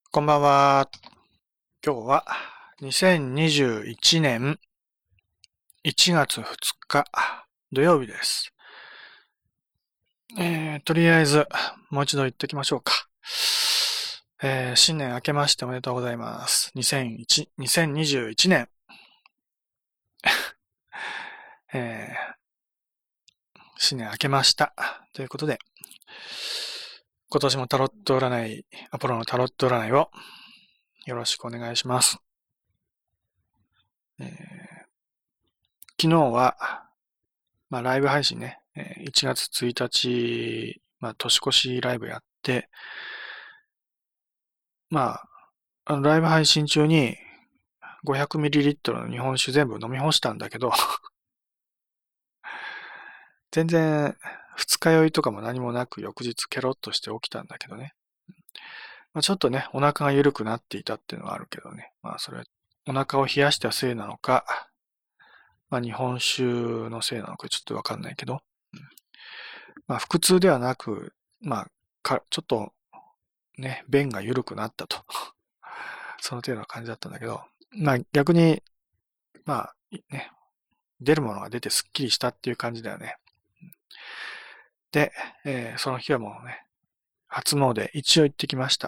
こんばんは。今日は2021年1月2日土曜日です。とりあえずもう一度言っておきましょうか。新年明けましておめでとうございます。2021年、新年明けました。ということで、今年もタロット占い、アポロのタロット占いをよろしくお願いします。昨日は、ライブ配信ね、1月1日、年越しライブやって、ライブ配信中に 500ml の日本酒全部飲み干したんだけど、全然二日酔いとかも何もなく翌日ケロッとして起きたんだけどね。ちょっとね、お腹が緩くなっていたっていうのはあるけどね。それ、お腹を冷やしたせいなのか、日本酒のせいなのかちょっとわかんないけど、腹痛ではなく、ちょっとね、便が緩くなったと。その程度の感じだったんだけど、逆に、ね、出るものが出てスッキリしたっていう感じだよね。で、その日はもうね、初詣一応行ってきました。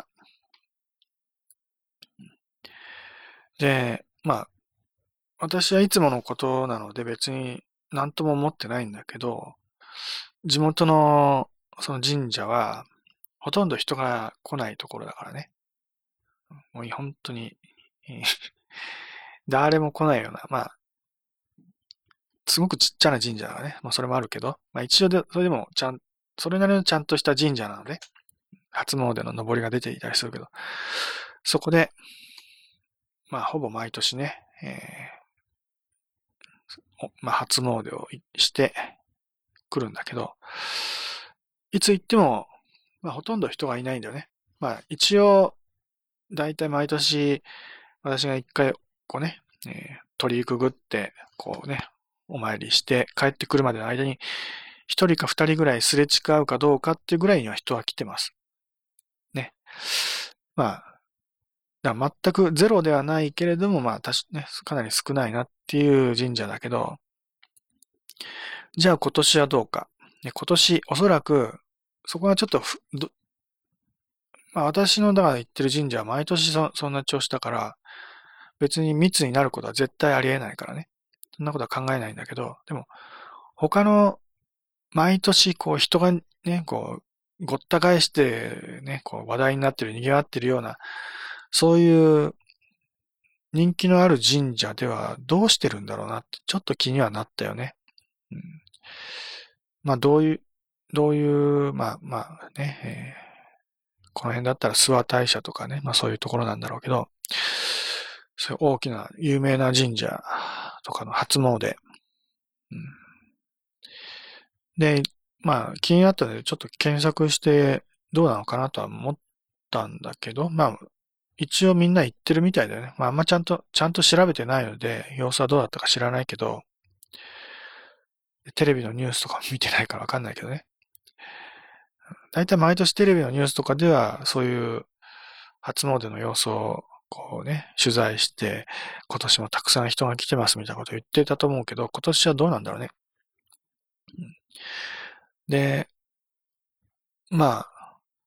で、私はいつものことなので別に何とも思ってないんだけど、地元のその神社はほとんど人が来ないところだからね。もう本当に、誰も来ないような、すごくちっちゃな神社だからね。それもあるけど、一応で、それでもそれなりのちゃんとした神社なので、初詣の上りが出ていたりするけど、そこで、ほぼ毎年ね、初詣をしてくるんだけど、いつ行っても、ほとんど人がいないんだよね。一応、だいたい毎年、私が一回、こうね、鳥居くぐって、こうね、お参りして帰ってくるまでの間に、一人か二人ぐらいすれ違うかどうかっていうぐらいには人は来てます。ね。ま全くゼロではないけれども、ね、かなり少ないなっていう神社だけど、じゃあ今年はどうか。ね、今年おそらく、そこはちょっと私のだから行ってる神社は毎年そんな調子だから、別に密になることは絶対ありえないからね。そんなことは考えないんだけど、でも、他の毎年こう人がね、こう、ごった返してね、こう話題になってる、賑わってるような、そういう人気のある神社ではどうしてるんだろうなってちょっと気にはなったよね。うん、どういう、ね、この辺だったら諏訪大社とかね、そういうところなんだろうけど、そういう大きな有名な神社とかの初詣。うん、で、気になったのでちょっと検索してどうなのかなとは思ったんだけど、一応みんな言ってるみたいだよね。あんまちゃんと調べてないので、様子はどうだったか知らないけど、テレビのニュースとか見てないからわかんないけどね。だいたい毎年テレビのニュースとかでは、そういう初詣の様子をこうね、取材して、今年もたくさん人が来てますみたいなことを言ってたと思うけど、今年はどうなんだろうね。で、まあ、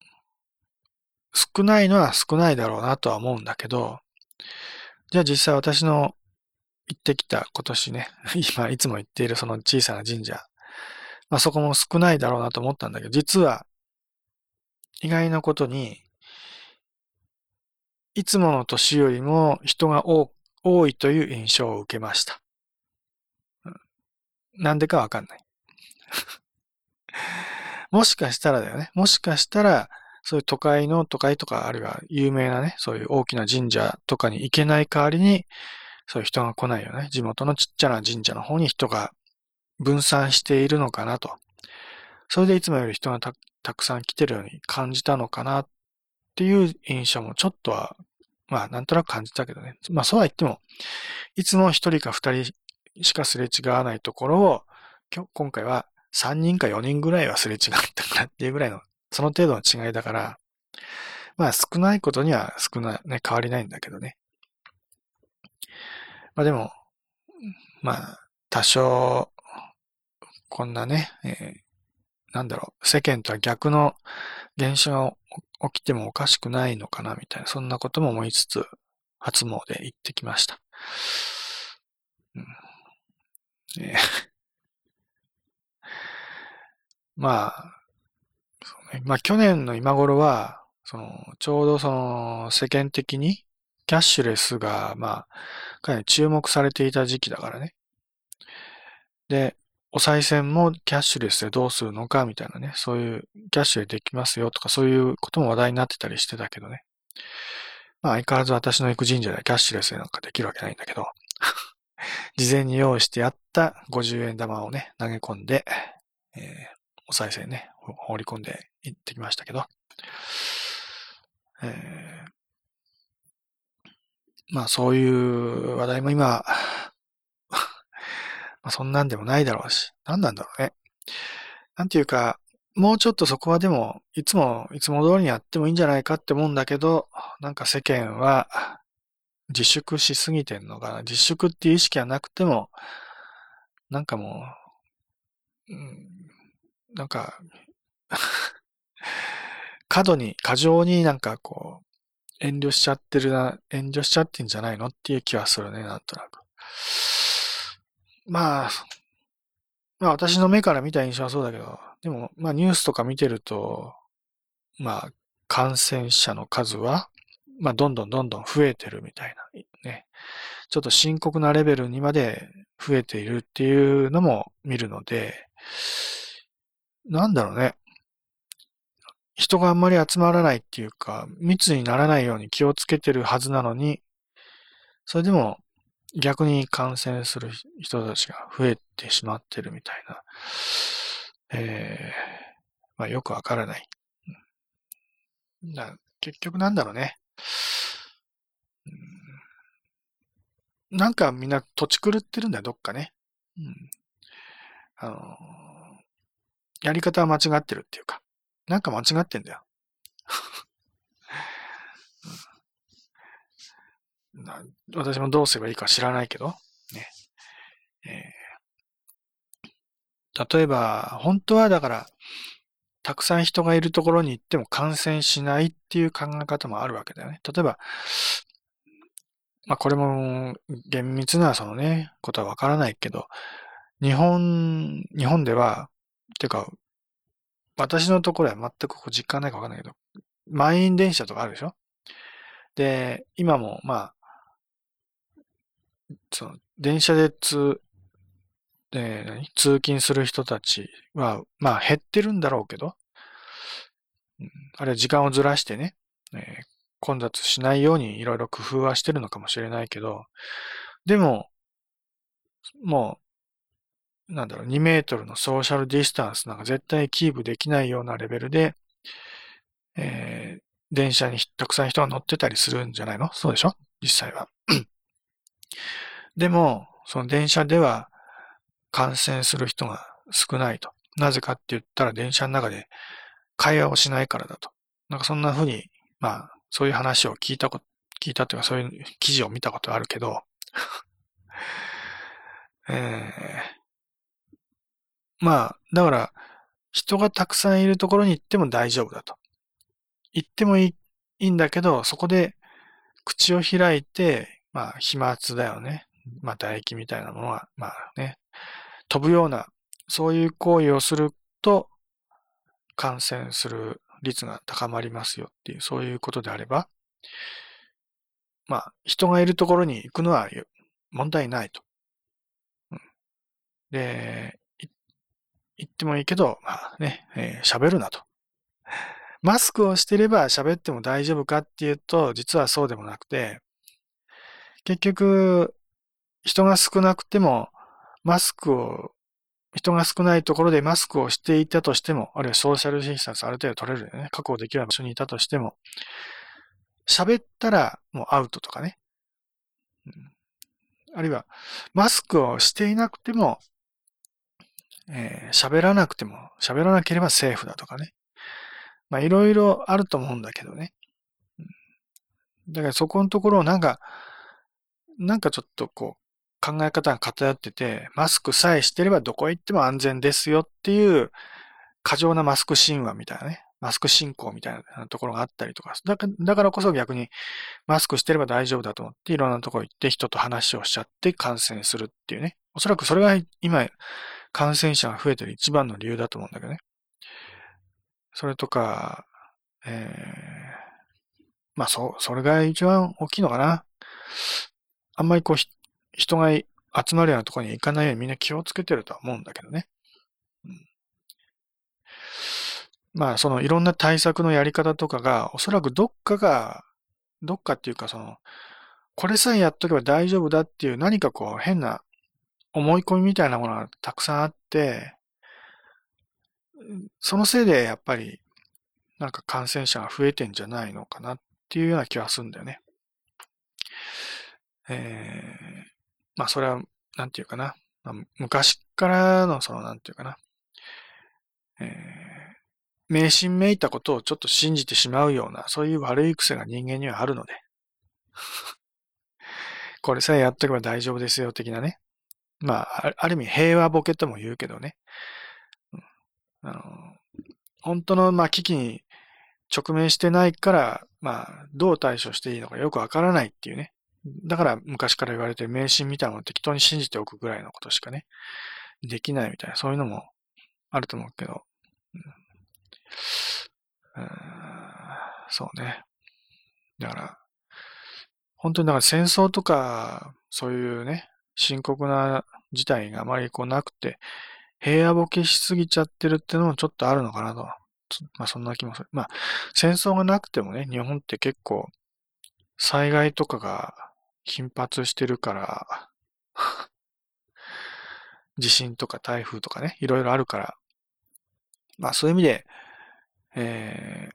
少ないのは少ないだろうなとは思うんだけど、じゃあ実際私の行ってきた今年ね、今いつも行っているその小さな神社、そこも少ないだろうなと思ったんだけど、実は意外なことに、いつもの年よりも人が多いという印象を受けました。なんでかわかんない。もしかしたらだよね。もしかしたら、そういう都会とか、あるいは有名なね、そういう大きな神社とかに行けない代わりに、そういう人が来ないよね。地元のちっちゃな神社の方に人が分散しているのかなと。それでいつもより人がたくさん来てるように感じたのかなっていう印象もちょっとは、なんとなく感じたけどね。そうは言っても、いつも一人か二人しかすれ違わないところを、今回は三人か四人ぐらいはすれ違ったかなっていうぐらいの、その程度の違いだから、 まあ少ないことには少ない、ね、変わりないんだけどね。まあでも、まあ、多少、こんなね、なんだろう、世間とは逆の現象が起きてもおかしくないのかな、みたいな、そんなことも思いつつ、初詣行ってきました。うんえーまあ、そうね、まあ去年の今頃は、ちょうど世間的に、キャッシュレスが、まあ、かなり注目されていた時期だからね。で、お賽銭もキャッシュレスでどうするのかみたいなね、そういうキャッシュでできますよとかそういうことも話題になってたりしてたけどね。まあ相変わらず私の行く神社ではキャッシュレスでなんかできるわけないんだけど、事前に用意してあった50円玉をね、投げ込んで、えーお賽銭ね、放り込んで行ってきましたけど、えまあそういう話題も今、まあそんなんでもないだろうし、何なんだろうね。なんていうか、もうちょっとそこはでも、いつも通りにやってもいいんじゃないかって思うんだけど、なんか世間は自粛しすぎてんのかな。自粛っていう意識はなくても、なんかもう、なんか、過剰になんかこう、遠慮しちゃってんじゃないのっていう気はするね、なんとなく。まあ、まあ私の目から見た印象はそうだけど、でも、まあニュースとか見てると、まあ感染者の数は、まあどんどん増えてるみたいな、ね。ちょっと深刻なレベルにまで増えているっていうのも見るので、なんだろうね。人があんまり集まらないっていうか、密にならないように気をつけてるはずなのに、それでも逆に感染する人たちが増えてしまってるみたいな。まあよくわからない。結局なんだろうね。なんかみんな土地狂ってるんだよ、どっかね。うん、あの、やり方は間違ってるっていうか、なんか間違ってんだよ。な私もどうすればいいか知らないけど、ね。え例えば、本当はだから、たくさん人がいるところに行っても感染しないっていう考え方もあるわけだよね。例えば、まあこれも厳密なそのね、ことはわからないけど、日本では、てか、私のところは全くこう実感ないかわかんないけど、満員電車とかあるでしょ。で、今もまあ、電車で通勤する人たちは、まあ減ってるんだろうけど、あるいは時間をずらしてね、えー混雑しないようにいろいろ工夫はしてるのかもしれないけど、でも、もなんだろう、2メートルのソーシャルディスタンスなんか絶対キープできないようなレベルで、え電車にたくさん人が乗ってたりするんじゃないの？そうでしょ？実際は。でも、その電車では感染する人が少ないと。なぜかって言ったら電車の中で会話をしないからだと。なんかそんな風に、まあ、そういう話を聞いたというかそういう記事を見たことあるけど、えまあ、だから、人がたくさんいるところに行っても大丈夫だと。行ってもいいんだけど、そこで口を開いて、まあ、飛沫だよね。まあ、唾液みたいなものが、まあね、飛ぶような、そういう行為をすると、感染する率が高まりますよっていう、そういうことであれば、まあ、人がいるところに行くのは問題ないと。うん、で、行ってもいいけど、まあね、喋るなと。マスクをしてれば喋っても大丈夫かっていうと、実はそうでもなくて、結局、人が少なくても、マスクを、人が少ないところでマスクをしていたとしても、あるいはソーシャルディスタンスある程度取れるよね、確保できる場所にいたとしても、喋ったらもうアウトとかね。うん、あるいは、マスクをしていなくても、喋らなくても、喋らなければセーフだとかね。まあいろいろあると思うんだけどね。 だからそこのところをなんかちょっとこう、考え方が偏ってて、マスクさえしてればどこへ行っても安全ですよっていう過剰なマスク神話みたいなね、マスク信仰みたいなところがあったりとか、だからこそ逆にマスクしてれば大丈夫だと思っていろんなところ行って人と話をしちゃって感染するっていうね。おそらくそれが今感染者が増えてる一番の理由だと思うんだけどね。それとか、それが一番大きいのかな。あんまりこう、人が集まるようなところに行かないようにみんな気をつけてるとは思うんだけどね。うん、そのいろんな対策のやり方とかが、おそらくどっかっていうかこれさえやっとけば大丈夫だっていう何かこう変な思い込みみたいなものがたくさんあって、そのせいでやっぱりなんか感染者が増えてんじゃないのかなっていうような気はするんだよね。それは、なんていうかな。昔からのなんていうかな。え迷信めいたことをちょっと信じてしまうような、そういう悪い癖が人間にはあるので、これさえやっとけば大丈夫ですよ、的なね。ある意味平和ボケとも言うけどね。あの、本当の、危機に直面してないから、どう対処していいのかよくわからないっていうね。だから昔から言われてる迷信みたいなのを適当に信じておくぐらいのことしかね、できないみたいな、そういうのもあると思うけど、うん、そうね。だから、本当にだから戦争とか、そういうね、深刻な事態があまりこうなくて、平和ボケしすぎちゃってるっていうのもちょっとあるのかなと。そんな気もする。戦争がなくてもね、日本って結構災害とかが頻発してるから、地震とか台風とかね、いろいろあるから、そういう意味で、え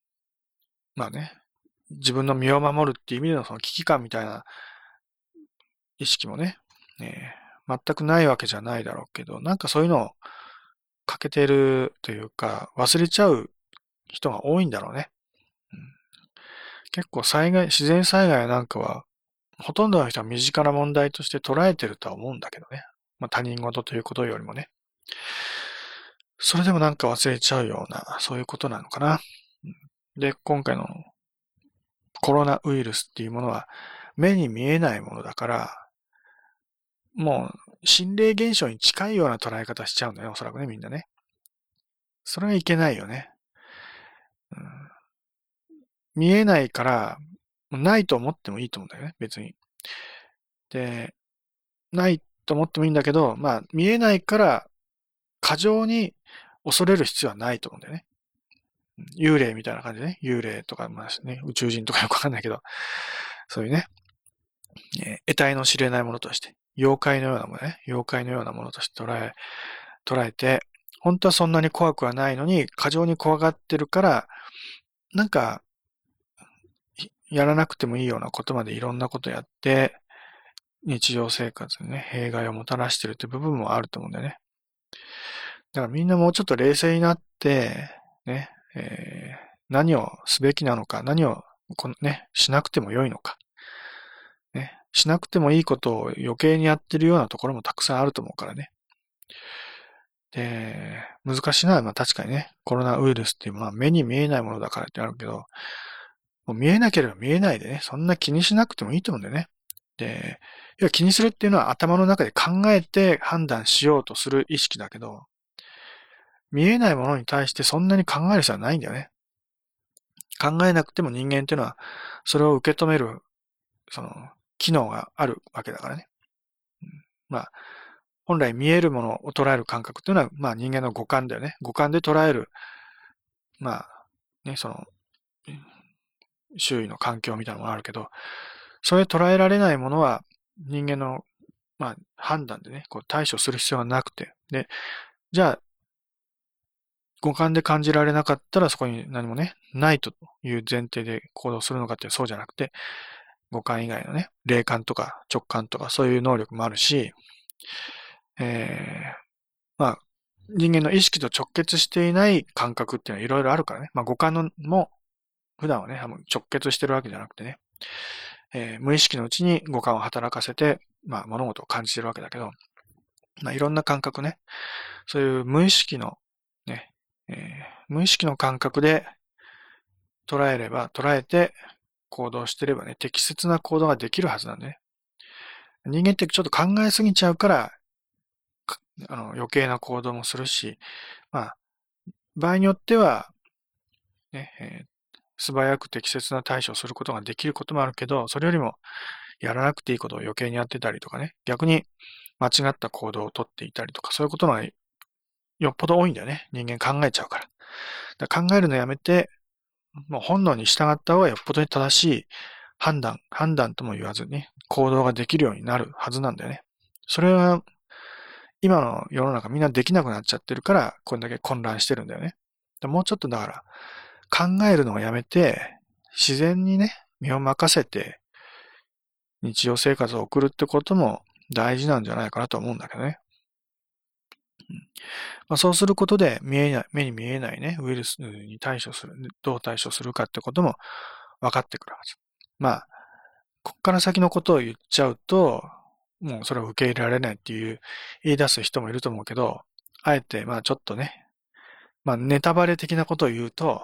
自分の身を守るっていう意味でのその危機感みたいな意識もね、全くないわけじゃないだろうけど、なんかそういうのを欠けてるというか、忘れちゃう人が多いんだろうね。うん、結構自然災害なんかは、ほとんどの人は身近な問題として捉えてるとは思うんだけどね。他人事ということよりもね。それでもなんか忘れちゃうような、そういうことなのかな。で、今回のコロナウイルスっていうものは目に見えないものだから、もう心霊現象に近いような捉え方しちゃうんだよね、おそらくね、みんなね。それはいけないよね。うん、見えないから、ないと思ってもいいと思うんだよね、別に。で、ないと思ってもいいんだけど、見えないから過剰に恐れる必要はないと思うんだよね。幽霊みたいな感じでね。幽霊とか、宇宙人とかよくわかんないけど、そういうね、得体の知れないものとして、妖怪のようなものね、妖怪のようなものとして捉えて、本当はそんなに怖くはないのに、過剰に怖がってるから、なんか、やらなくてもいいようなことまでいろんなことやって、日常生活にね、弊害をもたらしてるって部分もあると思うんだよね。だからみんなもうちょっと冷静になって、ね、何をすべきなのか、何をしなくても良いのか、ね、しなくてもいいことを余計にやってるようなところもたくさんあると思うからね。で、難しいのは、確かにね、コロナウイルスっていうのは目に見えないものだからってあるけど、もう見えなければ見えないでね、そんな気にしなくてもいいと思うんだよね。で、要は気にするっていうのは頭の中で考えて判断しようとする意識だけど、見えないものに対してそんなに考える必要はないんだよね。考えなくても人間っていうのは、それを受け止める、その、機能があるわけだからね。うん、本来見えるものを捉える感覚っていうのは、人間の五感だよね。五感で捉える、まあ、ね、周囲の環境みたいなものがあるけど、それ捉えられないものは人間の、判断でね、こう対処する必要はなくて、で、じゃあ、五感で感じられなかったらそこに何もね、ないという前提で行動するのかってそうじゃなくて、五感以外のね、霊感とか直感とかそういう能力もあるし、えー、人間の意識と直結していない感覚っていうのはいろいろあるからね。五感のも普段はね、直結してるわけじゃなくてね。 無意識のうちに五感を働かせて、物事を感じてるわけだけど、いろんな感覚ね、そういう無意識のね、無意識の感覚で捉えて行動してればね、適切な行動ができるはずなんでね。人間ってちょっと考えすぎちゃうから、余計な行動もするし、場合によっては、ね、素早く適切な対処をすることができることもあるけど、それよりもやらなくていいことを余計にやってたりとかね、逆に間違った行動をとっていたりとか、そういうことがよっぽど多いんだよね。人間考えちゃうから。だから考えるのやめて、もう本能に従った方がよっぽど正しい判断とも言わずに行動ができるようになるはずなんだよね。それは今の世の中みんなできなくなっちゃってるから、これだけ混乱してるんだよね。もうちょっとだから、考えるのをやめて、自然にね、身を任せて、日常生活を送るってことも大事なんじゃないかなと思うんだけどね。そうすることで目に見えないね、ウイルスにどう対処するかってことも分かってくるはず。こっから先のことを言っちゃうと、もうそれを受け入れられないっていう言い出す人もいると思うけど、あえてちょっとね、ネタバレ的なことを言うと、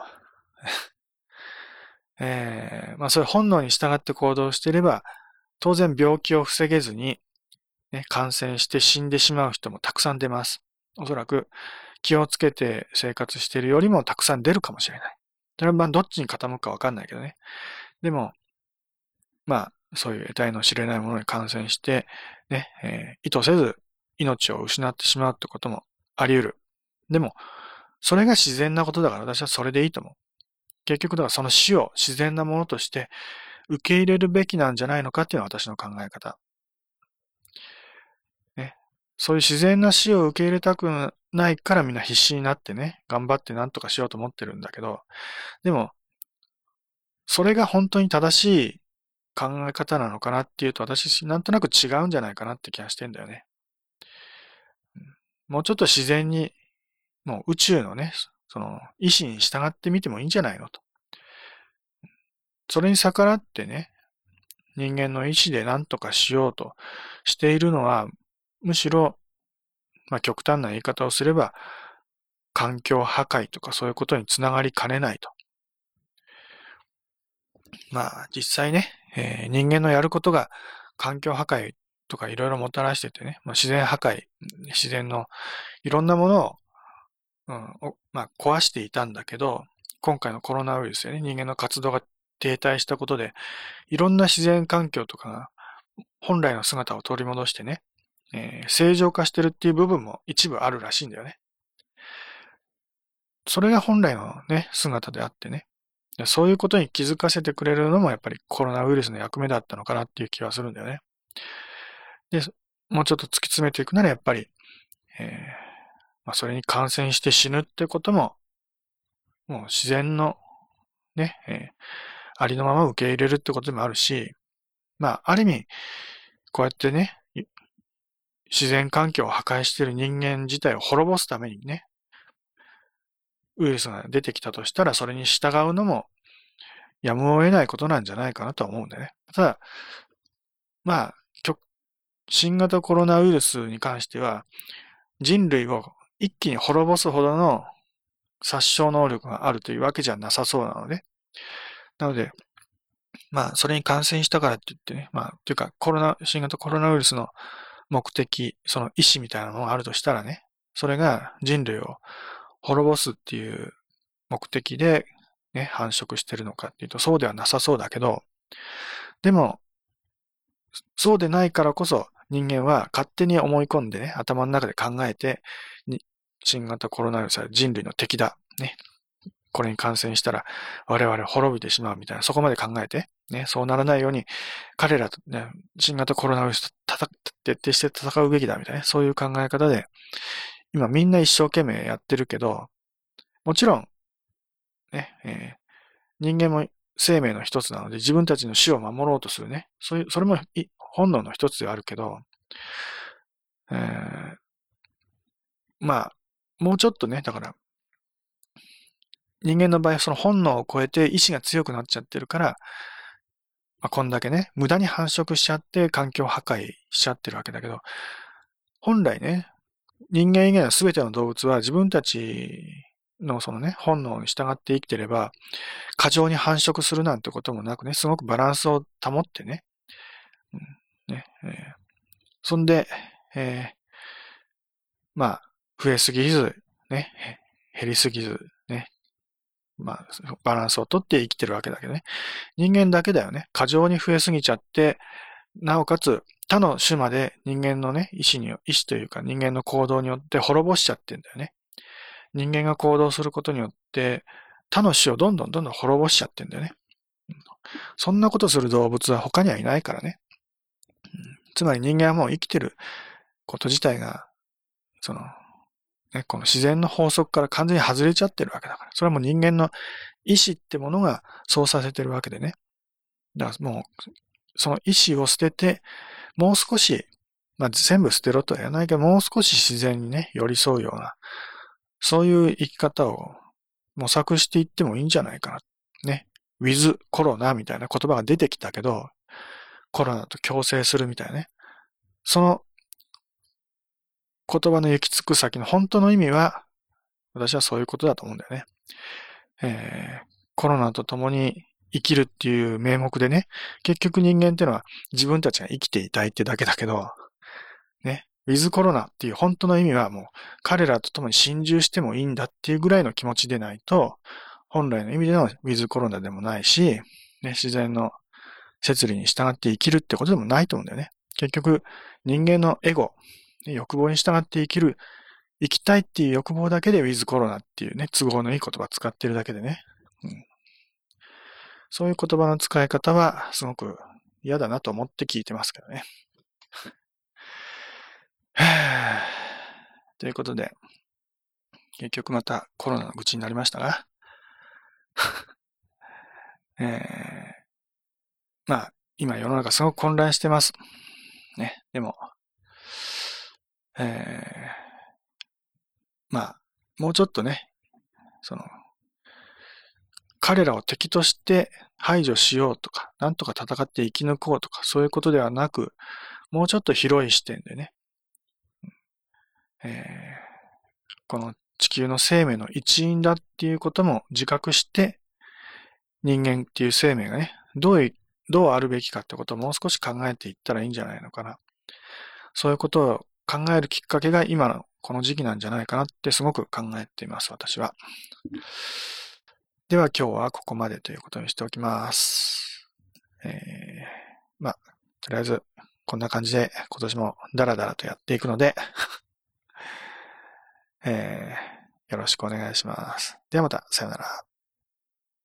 そういう本能に従って行動していれば、当然病気を防げずに、ね、感染して死んでしまう人もたくさん出ます。おそらく気をつけて生活しているよりもたくさん出るかもしれない。それはどっちに傾くかわかんないけどね。でも、そういう得体の知れないものに感染して、ね、意図せず命を失ってしまうってこともあり得る。でも、それが自然なことだから私はそれでいいと思う。結局だからその死を自然なものとして受け入れるべきなんじゃないのかっていうのは私の考え方。ね。そういう自然な死を受け入れたくないからみんな必死になってね、頑張って何とかしようと思ってるんだけど、でも、それが本当に正しい考え方なのかなっていうと、私、なんとなく違うんじゃないかなって気がしてんだよね。もうちょっと自然に、もう宇宙のね、その意志に従ってみてもいいんじゃないのと。それに逆らってね、人間の意志で何とかしようとしているのは、むしろ、極端な言い方をすれば、環境破壊とかそういうことにつながりかねないと。実際ね、人間のやることが環境破壊とかいろいろもたらしててね、自然破壊、自然のいろんなものを、壊していたんだけど、今回のコロナウイルスでね、人間の活動が停滞したことで、いろんな自然環境とかが本来の姿を取り戻してね、正常化してるっていう部分も一部あるらしいんだよね。それが本来のね、姿であってね。そういうことに気づかせてくれるのもやっぱりコロナウイルスの役目だったのかなっていう気はするんだよね。で、もうちょっと突き詰めていくならやっぱり、それに感染して死ぬってことも、もう自然のね、ありのまま受け入れるってことでもあるし、ある意味、こうやってね、自然環境を破壊している人間自体を滅ぼすためにね、ウイルスが出てきたとしたら、それに従うのもやむを得ないことなんじゃないかなとは思うんだよね。ただ、まあ、新型コロナウイルスに関しては、人類を一気に滅ぼすほどの殺傷能力があるというわけじゃなさそうなので、なので、それに感染したからって言ってね、というか、新型コロナウイルスの目的、その意思みたいなのがあるとしたらね、それが人類を滅ぼすっていう目的で、ね、繁殖してるのかっていうと、そうではなさそうだけど、でも、そうでないからこそ、人間は勝手に思い込んでね、頭の中で考えて、新型コロナウイルスは人類の敵だ。ね。これに感染したら我々滅びてしまうみたいな、そこまで考えて、ね、そうならないように、彼らとね、新型コロナウイルスと徹底して戦うべきだみたいな、そういう考え方で、今みんな一生懸命やってるけど、もちろん、ね、人間も生命の一つなので、自分たちの死を守ろうとするね、それも本能の一つではあるけど、えーもうちょっとね、だから、人間の場合はその本能を超えて意志が強くなっちゃってるから、 こんだけね、無駄に繁殖しちゃって環境破壊しちゃってるわけだけど、本来ね、人間以外の全ての動物は自分たちのそのね、本能に従って生きてれば、過剰に繁殖するなんてこともなくね、すごくバランスを保ってね、うんねそんで、えー増えすぎず、ね、減りすぎず、ね、バランスをとって生きてるわけだけどね。人間だけだよね。過剰に増えすぎちゃって、なおかつ他の種まで人間のね、意志というか人間の行動によって滅ぼしちゃってんだよね。人間が行動することによって、他の種をどんどん滅ぼしちゃってんだよね。そんなことする動物は他にはいないからね。つまり人間はもう生きてること自体が、その、ね、この自然の法則から完全に外れちゃってるわけだから。それはもう人間の意志ってものがそうさせてるわけでね。だからもう、その意志を捨てて、もう少し、全部捨てろとは言わないけど、もう少し自然にね、寄り添うような、そういう生き方を模索していってもいいんじゃないかな。ね。ウィズコロナみたいな言葉が出てきたけど、コロナと共生するみたいなね。その言葉の行き着く先の本当の意味は、私はそういうことだと思うんだよね。コロナと共に生きるっていう名目でね、結局人間ってのは自分たちが生きていたいってだけだけど、ね、ウィズコロナっていう本当の意味はもう彼らと共に心中してもいいんだっていうぐらいの気持ちでないと、本来の意味でのウィズコロナでもないし、ね、自然の摂理に従って生きるってことでもないと思うんだよね。結局、人間のエゴ、欲望に従って生きたいっていう欲望だけでウィズコロナっていうね、都合のいい言葉使ってるだけでね。そういう言葉の使い方はすごく嫌だなと思って聞いてますけどね。ということで、結局またコロナの愚痴になりましたが、今世の中すごく混乱してます。ね、でも、もうちょっとね、その、彼らを敵として排除しようとか、なんとか戦って生き抜こうとか、そういうことではなく、もうちょっと広い視点でね、この地球の生命の一員だっていうことも自覚して、人間っていう生命がね、どうあるべきかってことをもう少し考えていったらいいんじゃないのかな。そういうことを考えるきっかけが今のこの時期なんじゃないかなってすごく考えています、私は。では今日はここまでということにしておきます。とりあえずこんな感じで今年もダラダラとやっていくので、よろしくお願いします。ではまた、さよなら。